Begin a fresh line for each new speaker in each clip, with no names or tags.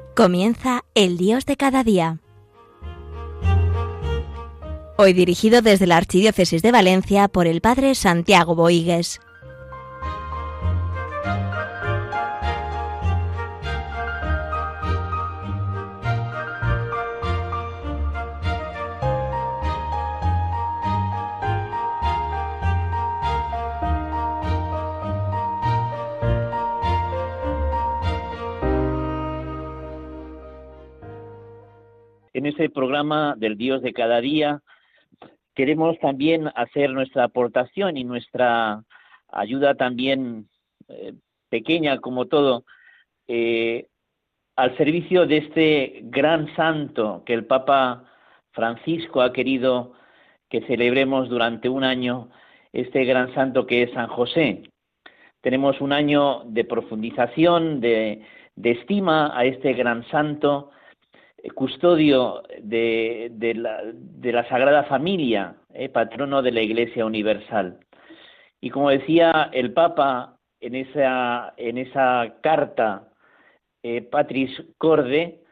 Comienza El Dios de cada día. Hoy dirigido desde la Archidiócesis de Valencia por el Padre Santiago Boigues.
En este programa del Dios de cada día queremos también hacer nuestra aportación y nuestra ayuda también pequeña como todo al servicio de este gran santo que el Papa Francisco ha querido que celebremos durante un año, este gran santo que es San José. Tenemos un año de profundización, de estima a este gran santo, custodio de la Sagrada Familia, patrono de la Iglesia Universal. Y como decía el Papa en esa carta Patris Corde,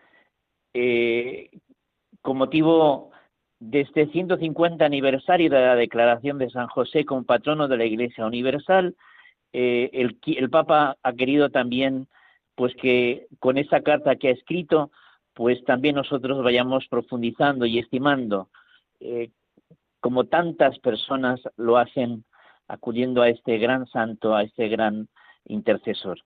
con motivo de este 150 aniversario de la declaración de San José como patrono de la Iglesia Universal, el Papa ha querido también, pues que con esta carta que ha escrito, pues también nosotros vayamos profundizando y estimando, como tantas personas lo hacen, acudiendo a este gran santo, a este gran intercesor.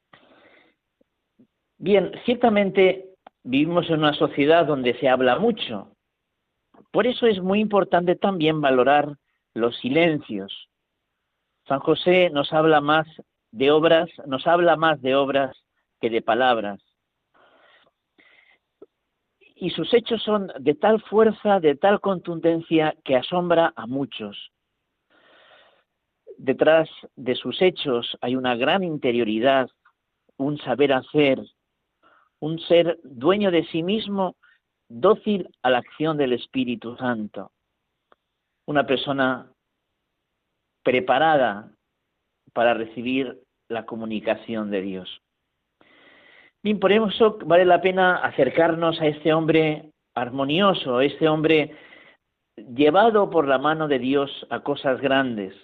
Bien, ciertamente vivimos en una sociedad donde se habla mucho. Por eso es muy importante también valorar los silencios. San José nos habla más de obras que de palabras. Y sus hechos son de tal fuerza, de tal contundencia, que asombra a muchos. Detrás de sus hechos hay una gran interioridad, un saber hacer, un ser dueño de sí mismo, dócil a la acción del Espíritu Santo. Una persona preparada para recibir la comunicación de Dios. Bien, por eso vale la pena acercarnos a este hombre armonioso, a este hombre llevado por la mano de Dios a cosas grandes.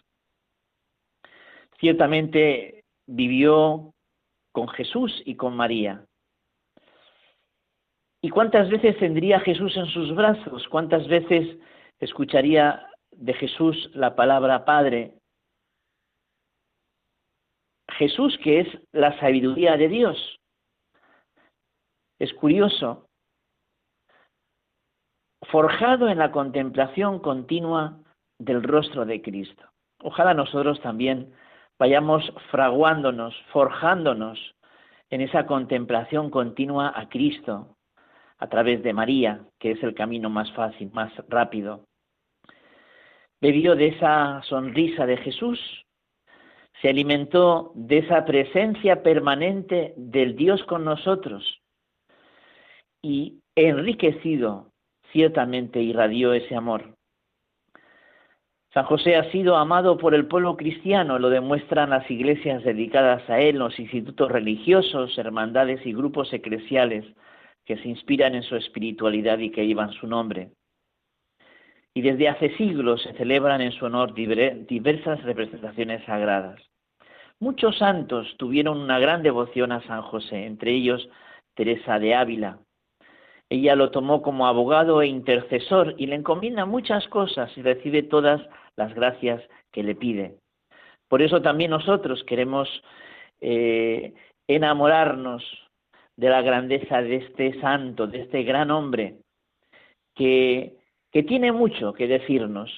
Ciertamente vivió con Jesús y con María. ¿Y cuántas veces tendría Jesús en sus brazos? ¿Cuántas veces escucharía de Jesús la palabra Padre? Jesús, que es la sabiduría de Dios. Es curioso, forjado en la contemplación continua del rostro de Cristo. Ojalá nosotros también vayamos fraguándonos, forjándonos en esa contemplación continua a Cristo, a través de María, que es el camino más fácil, más rápido. Bebió de esa sonrisa de Jesús, se alimentó de esa presencia permanente del Dios con nosotros, y enriquecido, ciertamente irradió ese amor. San José ha sido amado por el pueblo cristiano, lo demuestran las iglesias dedicadas a él, los institutos religiosos, hermandades y grupos eclesiales que se inspiran en su espiritualidad y que llevan su nombre. Y desde hace siglos se celebran en su honor diversas representaciones sagradas. Muchos santos tuvieron una gran devoción a San José, entre ellos Teresa de Ávila. Ella lo tomó como abogado e intercesor y le encomienda muchas cosas y recibe todas las gracias que le pide. Por eso también nosotros queremos enamorarnos de la grandeza de este santo, de este gran hombre, que tiene mucho que decirnos.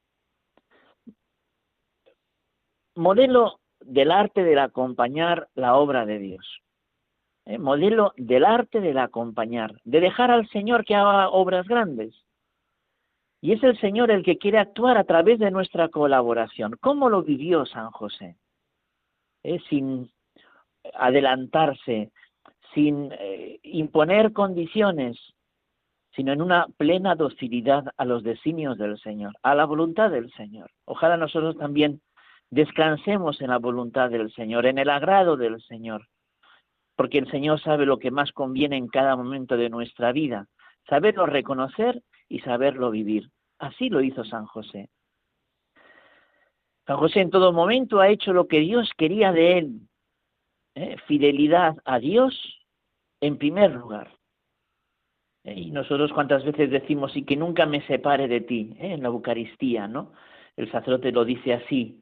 Modelo del arte del acompañar la obra de Dios. Modelo del arte del acompañar, de dejar al Señor que haga obras grandes. Y es el Señor el que quiere actuar a través de nuestra colaboración. ¿Cómo lo vivió San José? Sin adelantarse, sin imponer condiciones, sino en una plena docilidad a los designios del Señor, a la voluntad del Señor. Ojalá nosotros también descansemos en la voluntad del Señor, en el agrado del Señor. porque el Señor sabe lo que más conviene en cada momento de nuestra vida, saberlo reconocer y saberlo vivir. Así lo hizo San José. San José en todo momento ha hecho lo que Dios quería de él. Fidelidad a Dios en primer lugar. Y nosotros cuántas veces decimos, y que nunca me separe de ti, en la Eucaristía, ¿no? El sacerdote lo dice así,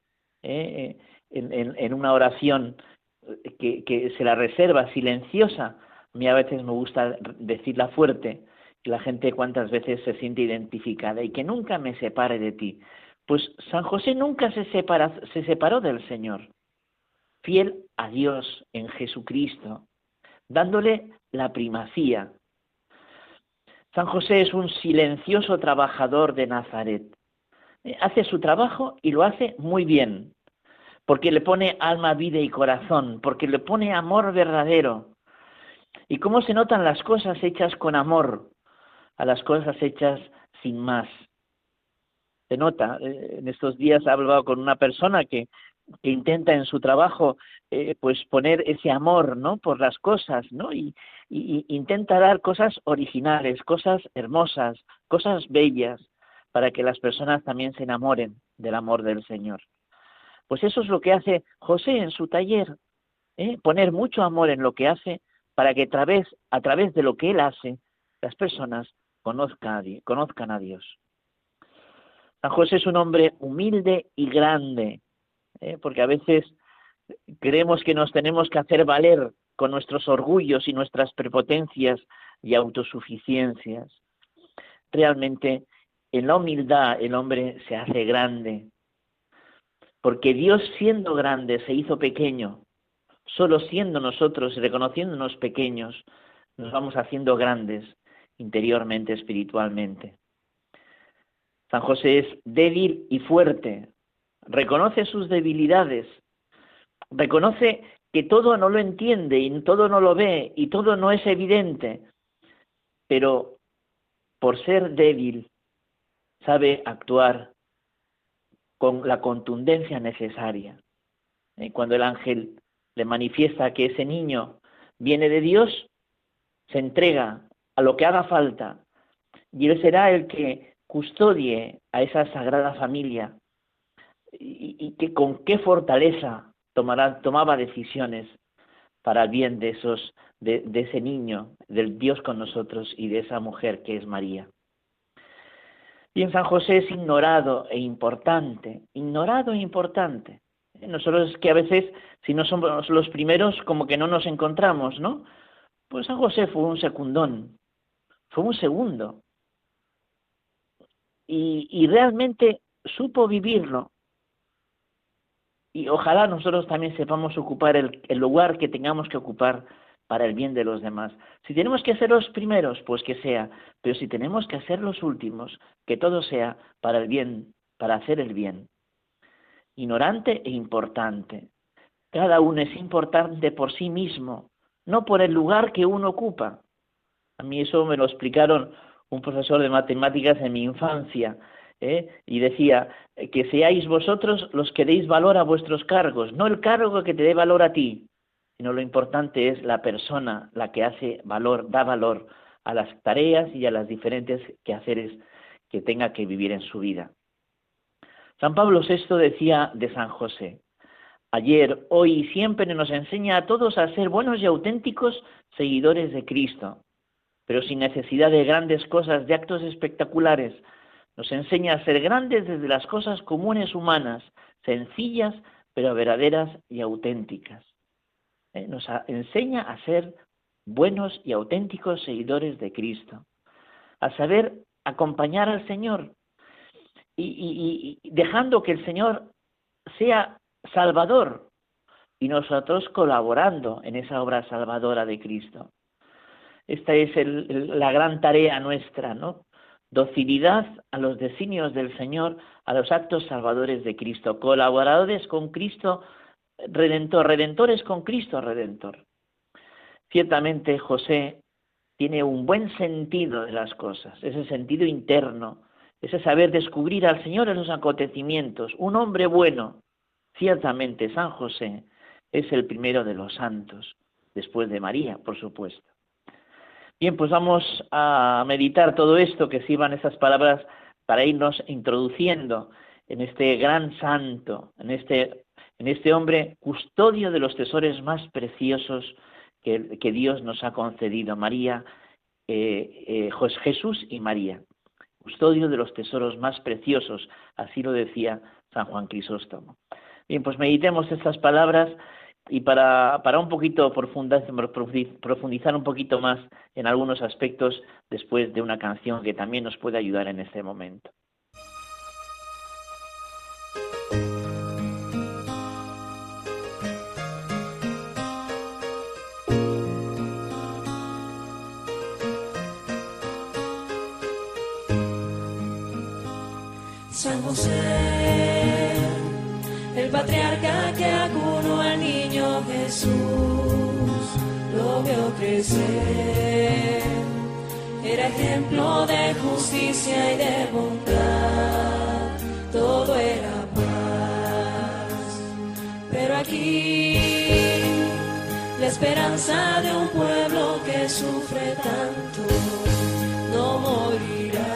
en una oración que se la reserva silenciosa. A mí a veces me gusta decirla fuerte, que la gente cuántas veces se siente identificada, y que nunca me separe de ti. Pues San José nunca se separó del Señor, fiel a Dios en Jesucristo, dándole la primacía. San José es un silencioso trabajador de Nazaret. Hace su trabajo y lo hace muy bien, porque le pone alma, vida y corazón, porque le pone amor verdadero. ¿Y cómo se notan las cosas hechas con amor a las cosas hechas sin más? Se nota. En estos días he hablado con una persona que intenta en su trabajo pues poner ese amor, ¿no?, por las cosas, ¿no? Y intenta dar cosas originales, cosas hermosas, cosas bellas, para que las personas también se enamoren del amor del Señor. Pues eso es lo que hace José en su taller, poner mucho amor en lo que hace, para que a través de lo que él hace, las personas conozcan a Dios. San José es un hombre humilde y grande, porque a veces creemos que nos tenemos que hacer valer con nuestros orgullos y nuestras prepotencias y autosuficiencias. Realmente, en la humildad el hombre se hace grande, porque Dios, siendo grande, se hizo pequeño. Solo siendo nosotros y reconociéndonos pequeños, nos vamos haciendo grandes interiormente, espiritualmente. San José es débil y fuerte, reconoce sus debilidades, reconoce que todo no lo entiende y todo no lo ve y todo no es evidente, pero por ser débil sabe actuar con la contundencia necesaria. Cuando el ángel le manifiesta que ese niño viene de Dios, se entrega a lo que haga falta, y él será el que custodie a esa sagrada familia, y que con qué fortaleza tomaba decisiones para el bien de ese niño, del Dios con nosotros y de esa mujer que es María. Y en San José es ignorado e importante. Nosotros es que a veces, si no somos los primeros, como que no nos encontramos, ¿no? Pues San José fue un secundón, fue un segundo. Y realmente supo vivirlo. Y ojalá nosotros también sepamos ocupar el lugar que tengamos que ocupar para el bien de los demás. Si tenemos que ser los primeros, pues que sea. Pero si tenemos que ser los últimos, que todo sea para el bien, para hacer el bien. Ignorante e importante. Cada uno es importante por sí mismo, no por el lugar que uno ocupa. A mí eso me lo explicaron un profesor de matemáticas en mi infancia, y decía que seáis vosotros los que deis valor a vuestros cargos, no el cargo que te dé valor a ti, sino lo importante es la persona la que da valor a las tareas y a las diferentes quehaceres que tenga que vivir en su vida. San Pablo VI decía de San José: ayer, hoy y siempre nos enseña a todos a ser buenos y auténticos seguidores de Cristo, pero sin necesidad de grandes cosas, de actos espectaculares. Nos enseña a ser grandes desde las cosas comunes humanas, sencillas pero verdaderas y auténticas. Nos enseña a ser buenos y auténticos seguidores de Cristo, a saber acompañar al Señor y dejando que el Señor sea Salvador y nosotros colaborando en esa obra salvadora de Cristo. Esta es la gran tarea nuestra, ¿no? Docilidad a los designios del Señor, a los actos salvadores de Cristo, colaboradores con Cristo Redentor, redentores con Cristo Redentor. Ciertamente José tiene un buen sentido de las cosas, ese sentido interno, ese saber descubrir al Señor en los acontecimientos. Un hombre bueno, ciertamente San José es el primero de los santos. después de María, por supuesto. Bien, pues vamos a meditar todo esto, que sirvan esas palabras para irnos introduciendo en este gran santo, en este hombre custodio de los tesoros más preciosos que Dios nos ha concedido, María, Jesús y María, custodio de los tesoros más preciosos, así lo decía San Juan Crisóstomo. Bien, pues meditemos estas palabras y para un poquito profundizar un poquito más en algunos aspectos después de una canción que también nos puede ayudar en este momento.
San José, el patriarca que acunó al niño Jesús, lo vio crecer, era ejemplo de justicia y de bondad, todo era paz. Pero aquí, la esperanza de un pueblo que sufre tanto, no morirá.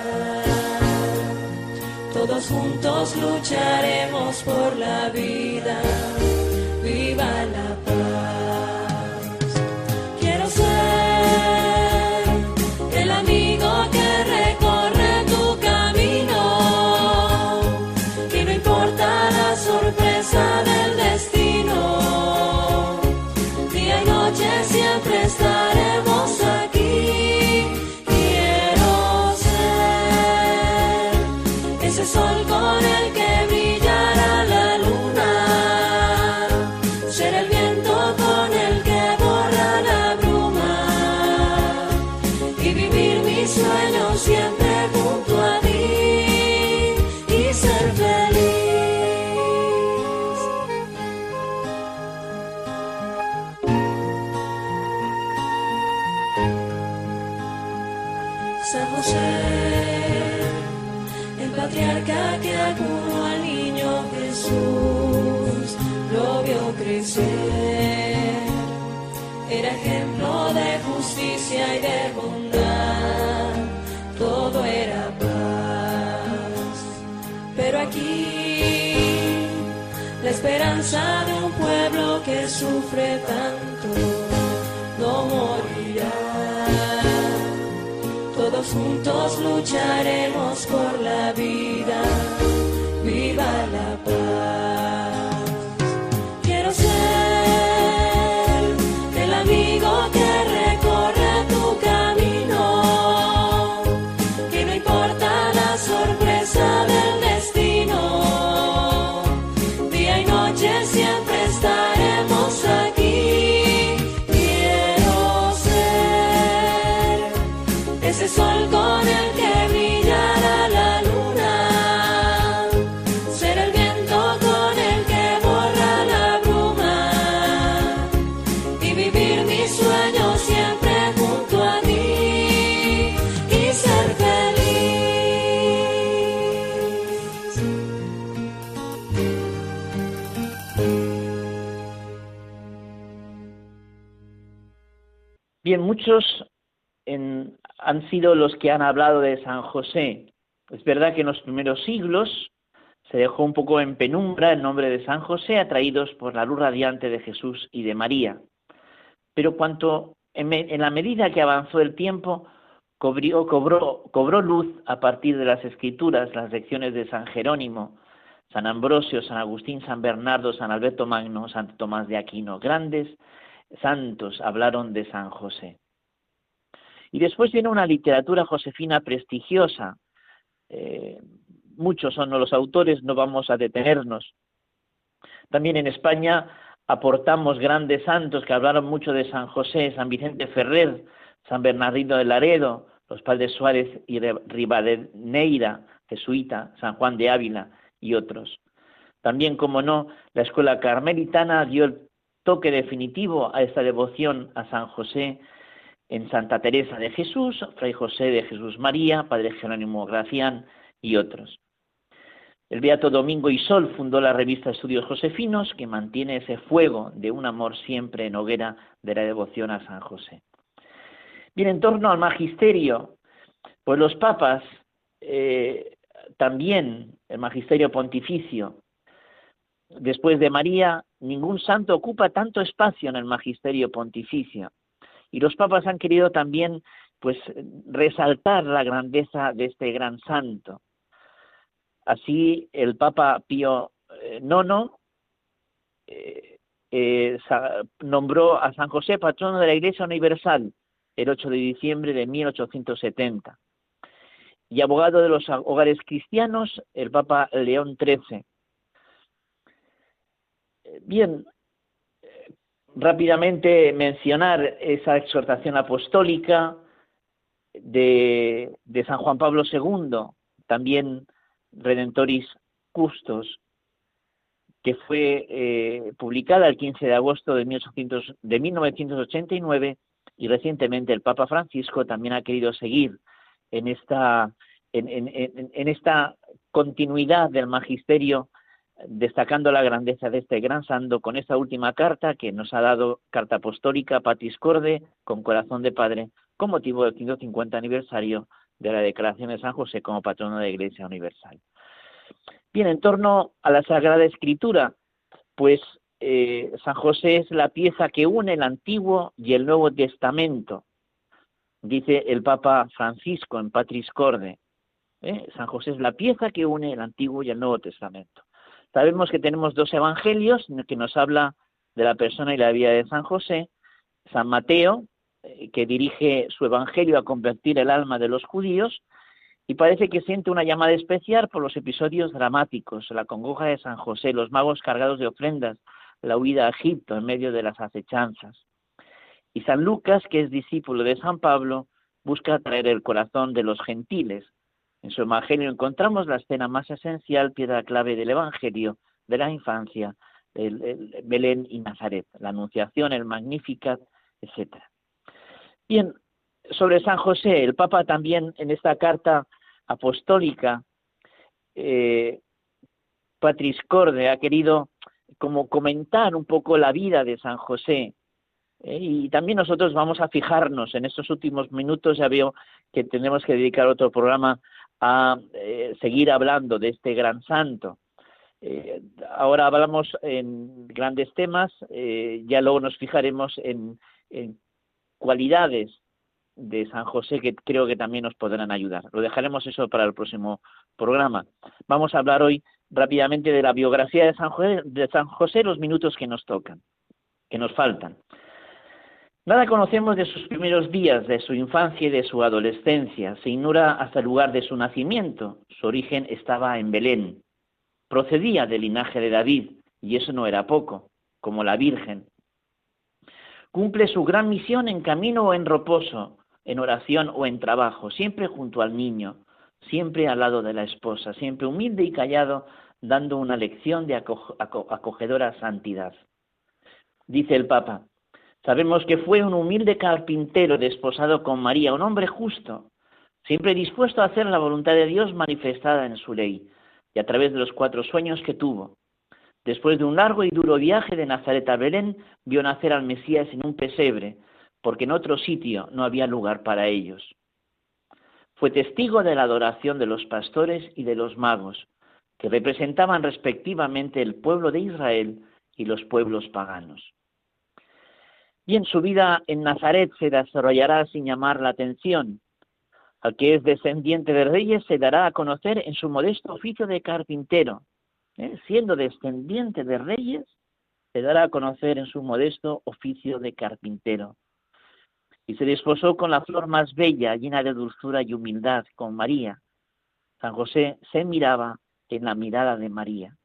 Todos juntos lucharemos por la vida, viva la paz. Quiero ser el amigo que recorre tu camino, y no importa la sorpresa del destino, día y noche siempre estaremos aquí. Ese sol con el que brillará la luna, ser el viento con el que borra la bruma, y vivir mis sueños siempre junto a ti y ser feliz. San José, patriarca que acunó al niño Jesús, lo vio crecer, era ejemplo de justicia y de bondad, todo era paz. Pero aquí, la esperanza de un pueblo que sufre tanto, no morirá. Todos juntos lucharemos por la vida, viva la paz. Quiero ser el amigo que recorre tu camino, que no importa la sorpresa del destino, día y noche siempre estaremos aquí. Quiero ser ese sol con el que brillará la luna, ser el viento con el que borra la bruma, y vivir mis sueños siempre junto a ti y ser feliz.
Bien, muchos han sido los que han hablado de San José. Es verdad que en los primeros siglos se dejó un poco en penumbra el nombre de San José, atraídos por la luz radiante de Jesús y de María. Pero en la medida que avanzó el tiempo, cobró luz a partir de las Escrituras, las lecciones de San Jerónimo, San Ambrosio, San Agustín, San Bernardo, San Alberto Magno, Santo Tomás de Aquino. Grandes santos hablaron de San José. Y después viene una literatura josefina prestigiosa. Muchos son los autores, no vamos a detenernos. También en España aportamos grandes santos que hablaron mucho de San José, San Vicente Ferrer, San Bernardino de Laredo, los padres Suárez y Rivadeneira, jesuita, San Juan de Ávila y otros. También, como no, la escuela carmelitana dio el toque definitivo a esta devoción a San José en Santa Teresa de Jesús, Fray José de Jesús María, Padre Jerónimo Gracián y otros. El beato Domingo Isol fundó la revista Estudios Josefinos, que mantiene ese fuego de un amor siempre en hoguera de la devoción a San José. Bien, en torno al magisterio, pues los papas, también el magisterio pontificio, después de María, ningún santo ocupa tanto espacio en el magisterio pontificio. Y los papas han querido también, pues, resaltar la grandeza de este gran santo. Así, el Papa Pío IX nombró a San José patrono de la Iglesia Universal el 8 de diciembre de 1870. Y abogado de los hogares cristianos, el Papa León XIII. Bien, rápidamente mencionar esa exhortación apostólica de San Juan Pablo II, también Redentoris Custos, que fue publicada el 15 de agosto de 1989, y recientemente el Papa Francisco también ha querido seguir en esta continuidad del magisterio, destacando la grandeza de este gran santo con esta última carta que nos ha dado, carta apostólica Patris Corde, con corazón de padre, con motivo del 150 aniversario de la declaración de San José como patrono de la Iglesia Universal. Bien, en torno a la Sagrada Escritura, pues San José es la pieza que une el Antiguo y el Nuevo Testamento, dice el Papa Francisco en Patris Corde. San José es la pieza que une el Antiguo y el Nuevo Testamento. Sabemos que tenemos dos evangelios en los que nos habla de la persona y la vida de San José. San Mateo, que dirige su evangelio a convertir el alma de los judíos, y parece que siente una llamada especial por los episodios dramáticos, la congoja de San José, los magos cargados de ofrendas, la huida a Egipto en medio de las acechanzas. Y San Lucas, que es discípulo de San Pablo, busca atraer el corazón de los gentiles. En su evangelio encontramos la escena más esencial, piedra clave del evangelio, de la infancia, el Belén y Nazaret, la Anunciación, el Magnificat, etc. Bien, sobre San José, el Papa también en esta carta apostólica, Patris Corde, ha querido como comentar un poco la vida de San José, y también nosotros vamos a fijarnos en estos últimos minutos. Ya veo que tenemos que dedicar otro programa a seguir hablando de este gran santo. Ahora hablamos en grandes temas, ya luego nos fijaremos en cualidades de San José que creo que también nos podrán ayudar. Lo dejaremos eso para el próximo programa. Vamos a hablar hoy rápidamente de la biografía de San José, los minutos que nos tocan, que nos faltan. Nada conocemos de sus primeros días, de su infancia y de su adolescencia. Se ignora hasta el lugar de su nacimiento. Su origen estaba en Belén. Procedía del linaje de David, y eso no era poco, como la Virgen. Cumple su gran misión en camino o en reposo, en oración o en trabajo, siempre junto al niño, siempre al lado de la esposa, siempre humilde y callado, dando una lección de acogedora santidad. Dice el Papa: sabemos que fue un humilde carpintero desposado con María, un hombre justo, siempre dispuesto a hacer la voluntad de Dios manifestada en su ley, y a través de los 4 sueños que tuvo. Después de un largo y duro viaje de Nazaret a Belén, vio nacer al Mesías en un pesebre, porque en otro sitio no había lugar para ellos. Fue testigo de la adoración de los pastores y de los magos, que representaban respectivamente el pueblo de Israel y los pueblos paganos. Bien, su vida en Nazaret se desarrollará sin llamar la atención. Al que es descendiente de reyes se dará a conocer en su modesto oficio de carpintero. Siendo descendiente de reyes, se dará a conocer en su modesto oficio de carpintero. Y se desposó con la flor más bella, llena de dulzura y humildad, con María. San José se miraba en la mirada de María.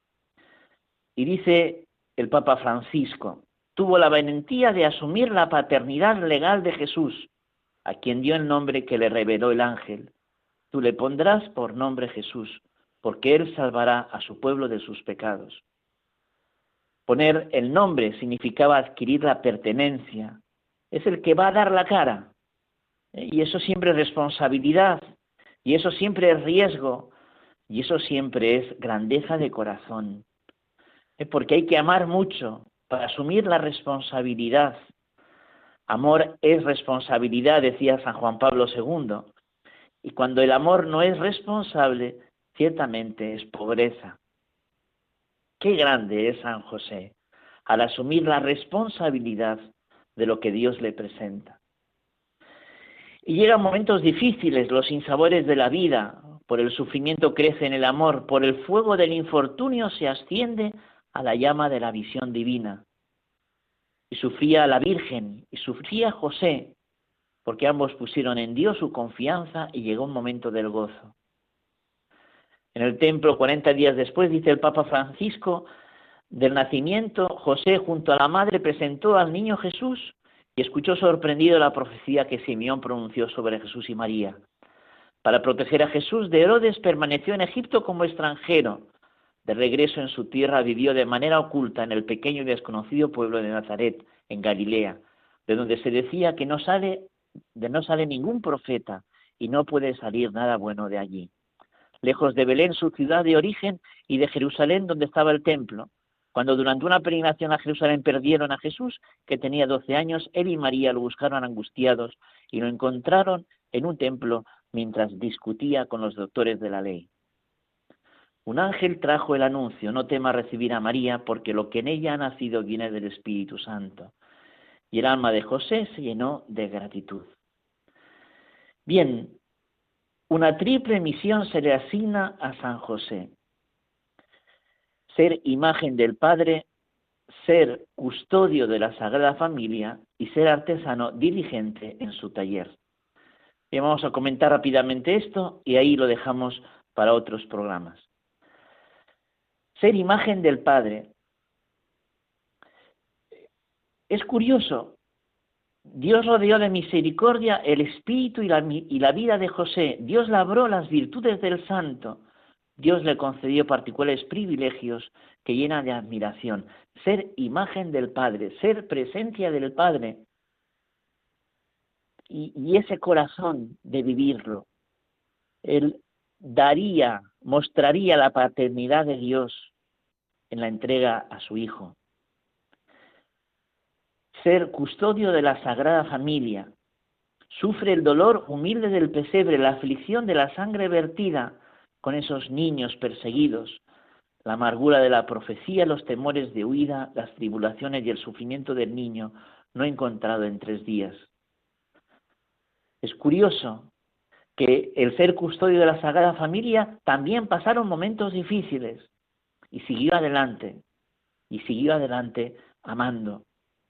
Y dice el Papa Francisco: tuvo la valentía de asumir la paternidad legal de Jesús, a quien dio el nombre que le reveló el ángel. Tú le pondrás por nombre Jesús, porque él salvará a su pueblo de sus pecados. Poner el nombre significaba adquirir la pertenencia. Es el que va a dar la cara. Y eso siempre es responsabilidad, y eso siempre es riesgo, Y eso siempre es grandeza de corazón, porque hay que amar mucho para asumir la responsabilidad. Amor es responsabilidad, decía San Juan Pablo II. Y cuando el amor no es responsable, ciertamente es pobreza. Qué grande es San José al asumir la responsabilidad de lo que Dios le presenta. Y llegan momentos difíciles, los sinsabores de la vida, por el sufrimiento crece en el amor, por el fuego del infortunio se asciende a la llama de la visión divina. Y sufría la Virgen, y sufría José, porque ambos pusieron en Dios su confianza y llegó un momento del gozo. En el templo, 40 días después, dice el Papa Francisco, del nacimiento, José junto a la madre presentó al niño Jesús y escuchó sorprendido la profecía que Simeón pronunció sobre Jesús y María. Para proteger a Jesús de Herodes, permaneció en Egipto como extranjero. De regreso en su tierra, vivió de manera oculta en el pequeño y desconocido pueblo de Nazaret, en Galilea, de donde se decía que no sale ningún profeta y no puede salir nada bueno de allí. Lejos de Belén, su ciudad de origen, y de Jerusalén, donde estaba el templo. Cuando durante una peregrinación a Jerusalén perdieron a Jesús, que tenía 12 años, él y María lo buscaron angustiados y lo encontraron en un templo mientras discutía con los doctores de la ley. Un ángel trajo el anuncio: no temas recibir a María, porque lo que en ella ha nacido viene del Espíritu Santo. Y el alma de José se llenó de gratitud. Bien, una triple misión se le asigna a San José: ser imagen del Padre, ser custodio de la Sagrada Familia y ser artesano diligente en su taller. Bien, vamos a comentar rápidamente esto y ahí lo dejamos para otros programas. Ser imagen del Padre. Es curioso, Dios rodeó de misericordia el espíritu y la vida de José. Dios labró las virtudes del santo. Dios le concedió particulares privilegios que llenan de admiración. Ser imagen del Padre, ser presencia del Padre. Y ese corazón de vivirlo. Él mostraría la paternidad de Dios en la entrega a su Hijo. Ser custodio de la Sagrada Familia. Sufre el dolor humilde del pesebre, la aflicción de la sangre vertida con esos niños perseguidos, la amargura de la profecía, los temores de huida, las tribulaciones y el sufrimiento del niño no encontrado en 3 días. Es curioso que el ser custodio de la Sagrada Familia también pasaron momentos difíciles y siguió adelante amando.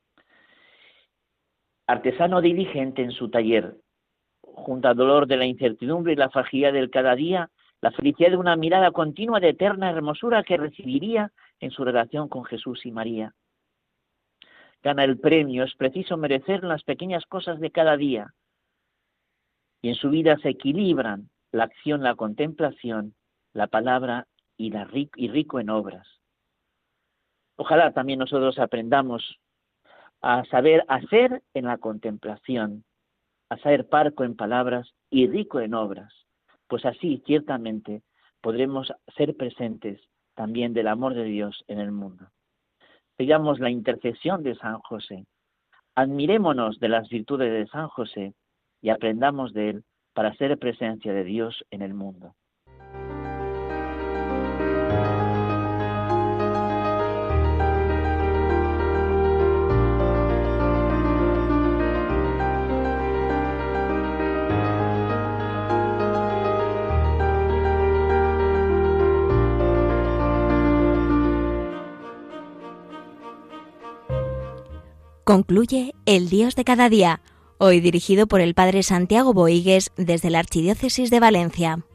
Artesano diligente en su taller, junto al dolor de la incertidumbre y la fragilidad del cada día, la felicidad de una mirada continua de eterna hermosura que recibiría en su relación con Jesús y María. Gana el premio, es preciso merecer las pequeñas cosas de cada día. Y en su vida se equilibran la acción, la contemplación, la palabra y rico en obras. Ojalá también nosotros aprendamos a saber hacer en la contemplación, a ser parco en palabras y rico en obras, pues así ciertamente podremos ser presentes también del amor de Dios en el mundo. Pidamos la intercesión de San José, admirémonos de las virtudes de San José y aprendamos de él para ser presencia de Dios en el mundo.
Concluye El Dios de cada día, hoy dirigido por el Padre Santiago Boigues desde la Archidiócesis de Valencia.